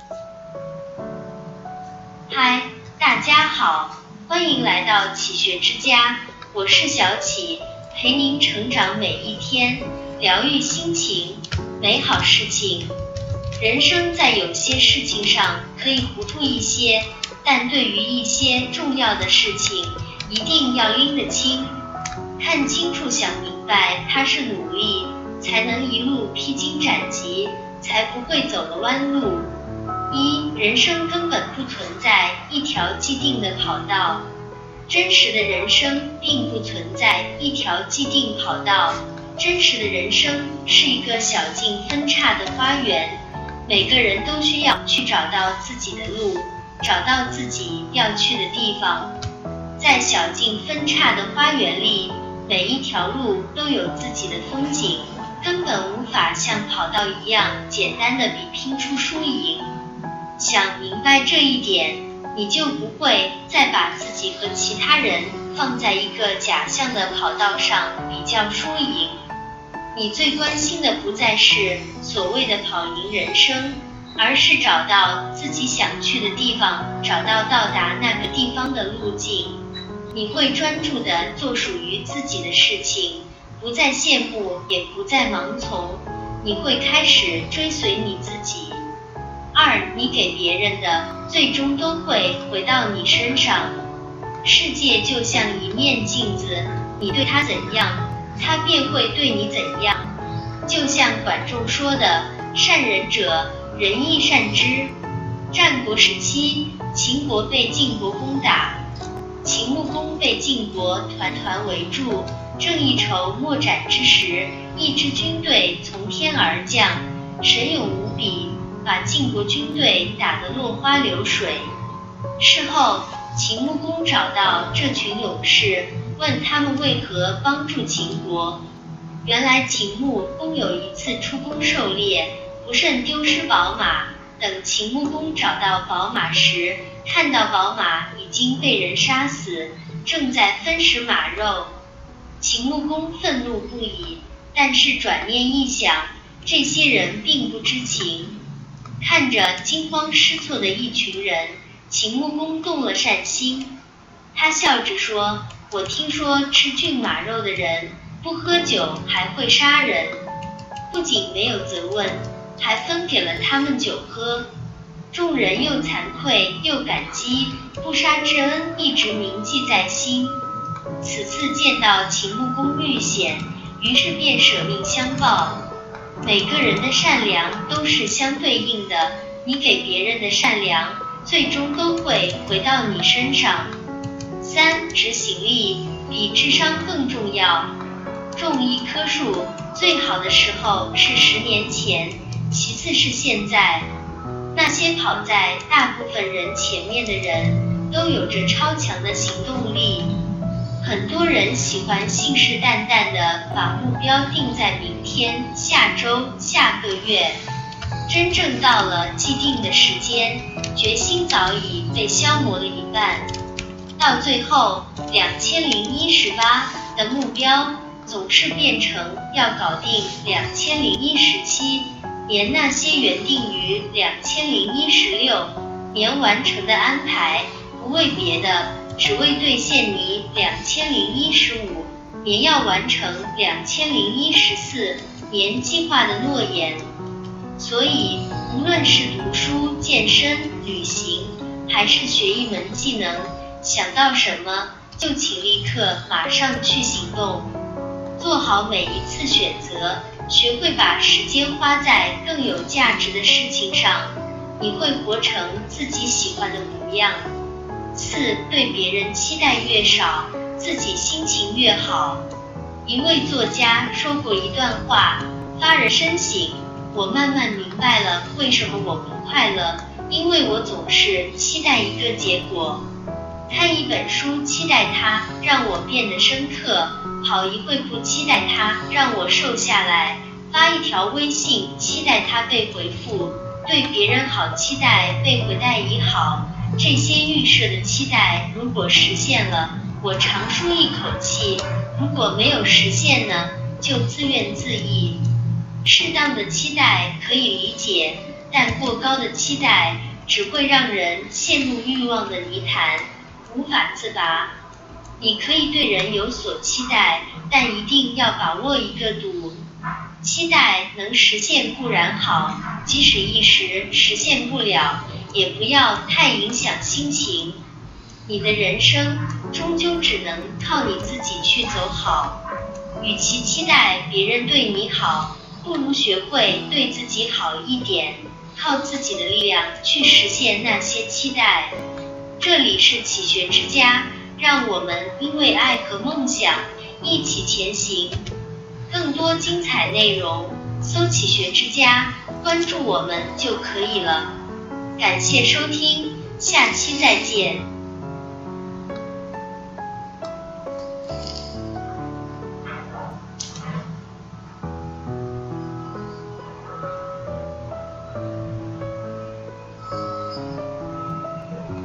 嗨，大家好，欢迎来到启学之家，我是小启，陪您成长每一天，疗愈心情，美好事情。人生在有些事情上可以糊涂一些，但对于一些重要的事情，一定要拎得清。看清楚想明白，它是努力，才能一路披荆斩棘，才不会走了弯路。人生根本不存在一条既定的跑道，真实的人生并不存在一条既定跑道，真实的人生是一个小径分岔的花园，每个人都需要去找到自己的路，找到自己要去的地方。在小径分岔的花园里，每一条路都有自己的风景，根本无法像跑道一样简单的比拼出输赢。想明白这一点，你就不会再把自己和其他人放在一个假象的跑道上比较输赢。你最关心的不再是所谓的跑赢人生，而是找到自己想去的地方，找到到达那个地方的路径。你会专注地做属于自己的事情，不再羡慕，也不再盲从，你会开始追随你自己。你给别人的，最终都会回到你身上。世界就像一面镜子，你对它怎样，它便会对你怎样。就像管仲说的，善人者，人亦善之。战国时期，秦国被晋国攻打，秦穆公被晋国团团围住，正一筹莫展之时，一支军队从天而降，神勇无比，把晋国军队打得落花流水。事后，秦穆公找到这群勇士，问他们为何帮助秦国。原来秦穆公有一次出宫狩猎，不慎丢失宝马，等秦穆公找到宝马时，看到宝马已经被人杀死，正在分食马肉。秦穆公愤怒不已，但是转念一想，这些人并不知情。看着惊慌失措的一群人，秦穆公动了善心。他笑着说，我听说吃骏马肉的人不喝酒还会杀人，不仅没有责问，还分给了他们酒喝。众人又惭愧又感激，不杀之恩一直铭记在心。此次见到秦穆公遇险，于是便舍命相报。每个人的善良都是相对应的，你给别人的善良，最终都会回到你身上。执行力比智商更重要。种一棵树，最好的时候是10年前，其次是现在。那些跑在大部分人前面的人，都有着超强的行动力。很多人喜欢信誓旦旦地把目标定在明天、下周、下个月，真正到了既定的时间，决心早已被消磨了一半。到最后，2018的目标总是变成要搞定2017年，那些原定于2016年完成的安排，不为别的，只为兑现你2015年要完成2014年计划的诺言。所以，无论是读书、健身、旅行，还是学一门技能，想到什么就请立刻马上去行动，做好每一次选择，学会把时间花在更有价值的事情上，你会活成自己喜欢的模样。对别人期待越少，自己心情越好。一位作家说过一段话，发人深省，我慢慢明白了为什么我不快乐，因为我总是期待一个结果。看一本书期待它让我变得深刻，跑一会步期待它让我瘦下来，发一条微信期待它被回复，对别人好期待被回带以好。这些预设的期待如果实现了，我长舒一口气，如果没有实现呢，就自怨自艾。适当的期待可以理解， 但过高的期待只会让人陷入欲望的泥潭，无法自拔。你可以对人有所期待，但一定要把握一个度。期待能实现固然好，即使一时实现不了，也不要太影响心情。你的人生终究只能靠你自己去走好。与其期待别人对你好，不如学会对自己好一点，靠自己的力量去实现那些期待。这里是启学之家，让我们因为爱和梦想一起前行。更多精彩内容，搜启学之家，关注我们就可以了。感谢收听，下期再见。